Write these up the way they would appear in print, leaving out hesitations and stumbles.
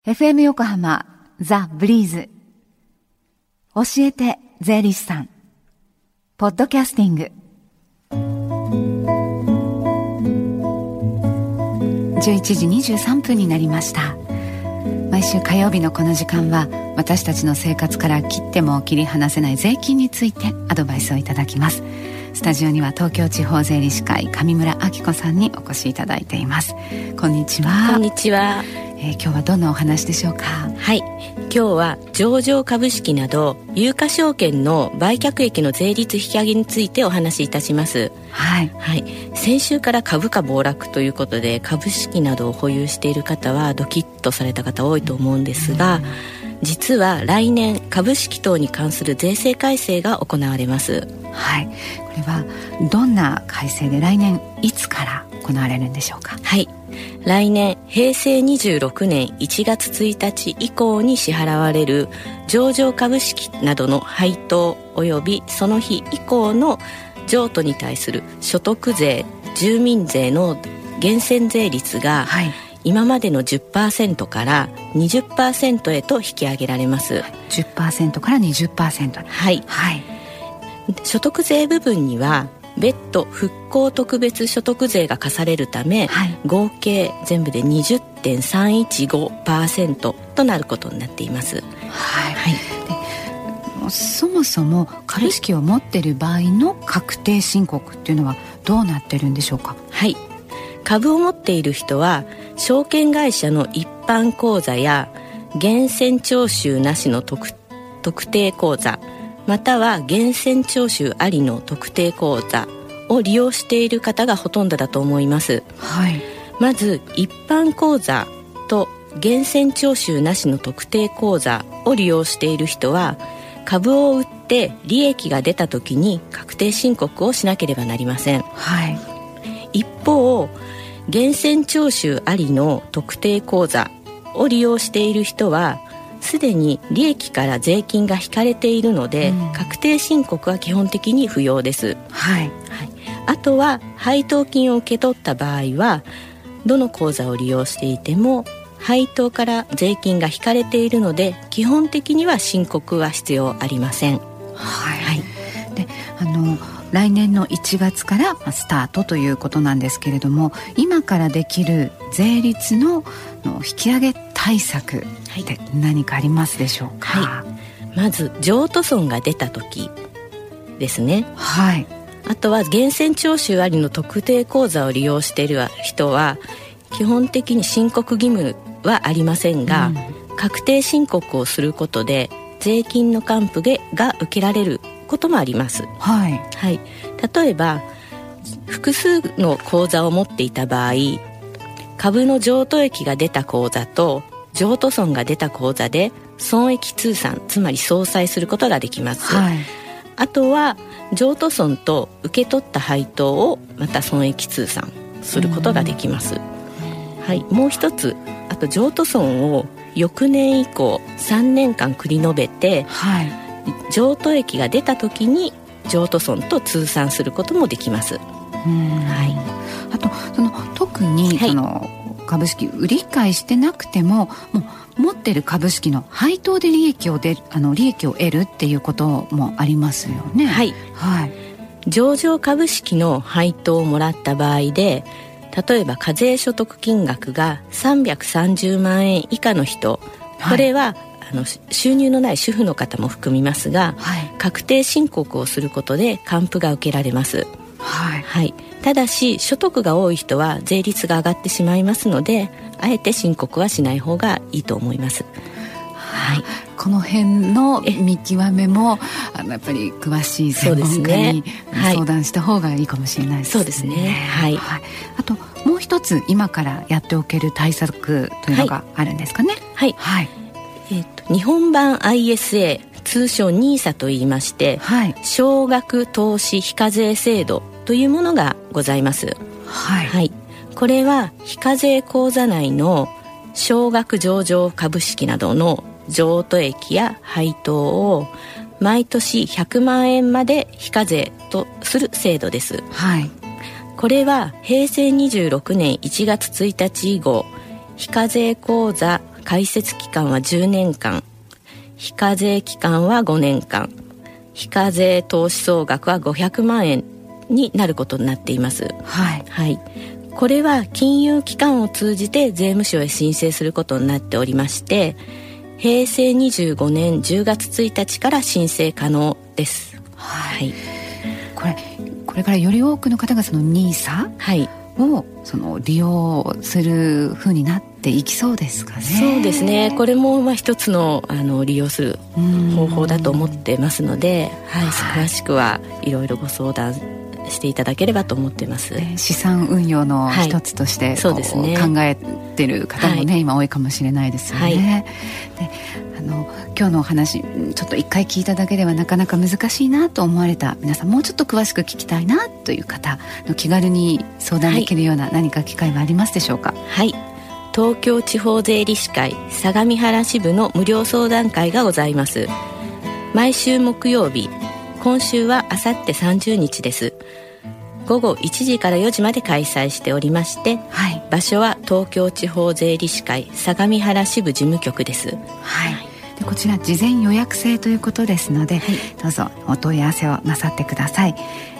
FM 横浜ザ・ブリーズ教えて税理士さんポッドキャスティング11時23分になりました。毎週火曜日のこの時間は私たちの生活から切っても切り離せない税金についてアドバイスをいただきます。スタジオには東京地方税理士会上村明子さんにお越しいただいています。こんにちは。 こんにちは。 今日はどんなお話でしょうか。 はい、今日は上場株式など有価証券の売却益の税率引き上げについてお話しいたします。 はい、 はい、先週から株価暴落ということで株式などを保有している方はドキッとされた方多いと思うんですが、実は来年株式等に関する税制改正が行われます。 はい、これはどんな改正で来年いつから行われるんでしょうか。 はい、来年平成26年1月1日以降に支払われる上場株式などの配当及びその日以降の譲渡に対する所得税、住民税の源泉税率が、はい、今までの 10% から 20% へと引き上げられます。 10% から 20%。 はい、はい、所得税部分には別途復興特別所得税が課されるため、はい、合計全部で 20.315% となることになっています。 はいはい、でそもそも株式を持っている場合の確定申告っていうのはどうなってるんでしょうか。 はい、株を持っている人は証券会社の一般口座や源泉徴収なしの特定口座または源泉徴収ありの特定口座を利用している方がほとんどだと思います。 はい、 まず一般口座と源泉徴収なしの特定口座を利用している人は株を売って利益が出た時に確定申告をしなければなりません。 はい、 一方源泉徴収ありの特定口座を利用している人はすでに利益から税金が引かれているので、確定申告は基本的に不要です。 はいはい、 あとは配当金を受け取った場合はどの口座を利用していても配当から税金が引かれているので基本的には申告は必要ありません。 はいはい、で来年の1月からスタートということなんですけれども、今からできる税率の引き上げ対策って何かありますでしょうか。 はい、まず譲渡損が出た時ですね。 はい、 あとは源泉徴収ありの特定口座を利用している人は基本的に申告義務はありませんが、確定申告をすることで税金の還付が受けられることもあります。 はいはい、例えば複数の口座を持っていた場合、株の譲渡益が出た口座と譲渡損が出た口座で損益通算、つまり相殺することができます。 はい、 あとは譲渡損と受け取った配当をまた損益通算することができます。はい、もう一つ、あと譲渡損を翌年以降3年間繰り延べて、はい、譲渡益が出た時に譲渡損と通算することもできます。はい、 あと特に株式売り買いしてなくても、もう持ってる株式の配当で利益を得るっていうこともありますよね。 はい、はい、上場株式の配当をもらった場合で、例えば課税所得金額が330万円以下の人、これは収入のない主婦の方も含みますが、はい、確定申告をすることで還付が受けられます。 はいはい、ただし所得が多い人は税率が上がってしまいますので、あえて申告はしない方がいいと思います。 はい、この辺の見極めもやっぱり詳しい専門家に相談した方がいいかもしれないですね。 そうですね。はいはい、 あともう一つ今からやっておける対策というのがあるんですかね。 はいはい、日本版 ISA、 通称 NISA といいまして、はい、少額投資非課税制度というものがございます。 はいはい、これは非課税口座内の少額上場株式などの譲渡益や配当を毎年100万円まで非課税とする制度です。 はい、 これは平成26年1月1日以後非課税口座開設期間は10年間、非課税期間は5年間、非課税投資総額は500万円になることになっています。 はい、 はい、これは金融機関を通じて税務署へ申請することになっておりまして、平成25年10月1日から申請可能です。 はい、これからより多くの方がその NISA をその利用する風になっていきそうですかね。 そうですね、これも一つの、利用する方法だと思ってますので、はい、詳しくはいろいろご相談していただければと思っています。 資産運用の一つとして、 そうですね、 考えてる方もね、今多いかもしれないですよね。で今日のお話ちょっと一回聞いただけではなかなか難しいなと思われた皆さん、もうちょっと詳しく聞きたいなという方の気軽に相談できるような何か機会はありますでしょうか。 はい、東京地方税理士会相模原支部の無料相談会がございます。毎週木曜日、今週はあさって30日です。午後1時から4時まで開催しておりまして、はい、場所は東京地方税理士会相模原支部事務局です。 はい、でこちら事前予約制ということですので、はい、どうぞお問い合わせをなさってください。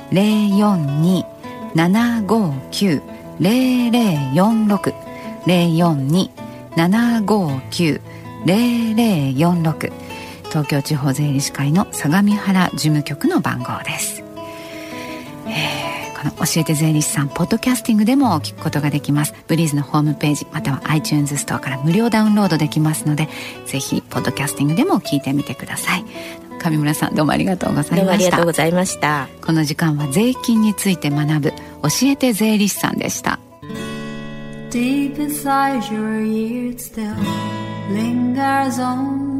042-759-0046 042-759-0046 東京地方税理士会の相模原事務局の番号です。この教えて税理士さん、ポッドキャスティングでも聞くことができます。ブリーズのホームページまたは iTunes ストアから無料ダウンロードできますので、ぜひポッドキャスティングでも聞いてみてください。上村さん、どうもありがとうございました。 どうもありがとうございました。 この時間は税金について学ぶ教えて税理士さんでした。 Deep inside your ears still lingers on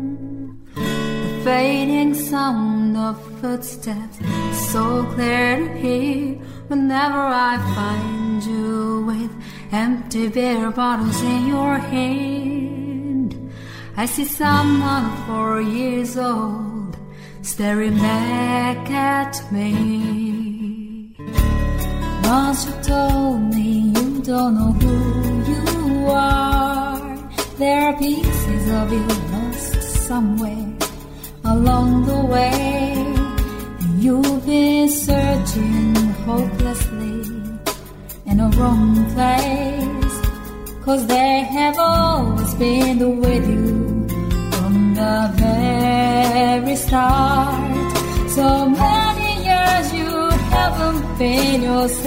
fading sound of footsteps, so clear to hear whenever I find you with empty beer bottles in your hand. I see someone 4 years old staring back at me. Once you told me you don't know who you are. There are pieces of you lost somewhere along the way. You've been searching hopelessly in a wrong place, 'cause they have always been with you from the very start. So many years you haven't been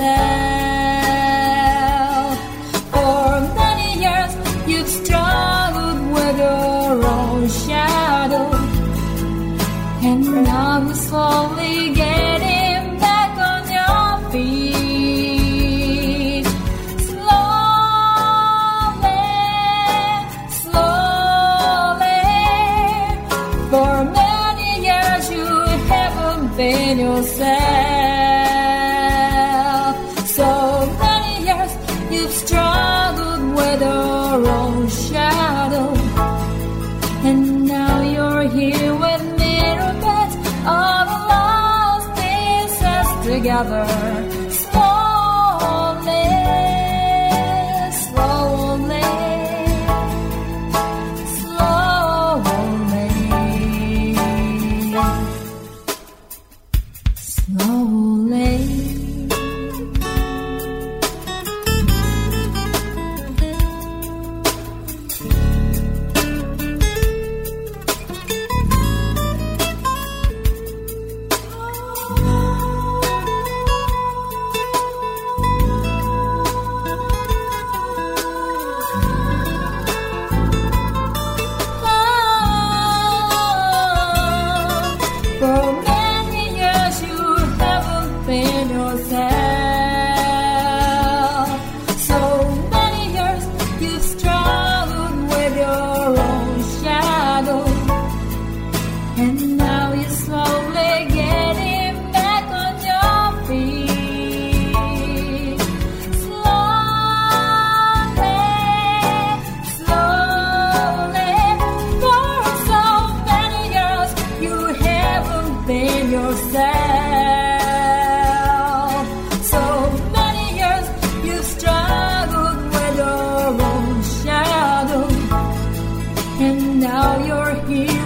yourself. For many years you've struggled with your own shadow, and now you're slowly getting back on your feet. Slowly, slowly. For many years you haven't been yourself. So many years you've struggled with your own shadow, and now you're here with me, all the lost pieces together. Slowly, slowly, slowly, slowly. now you're here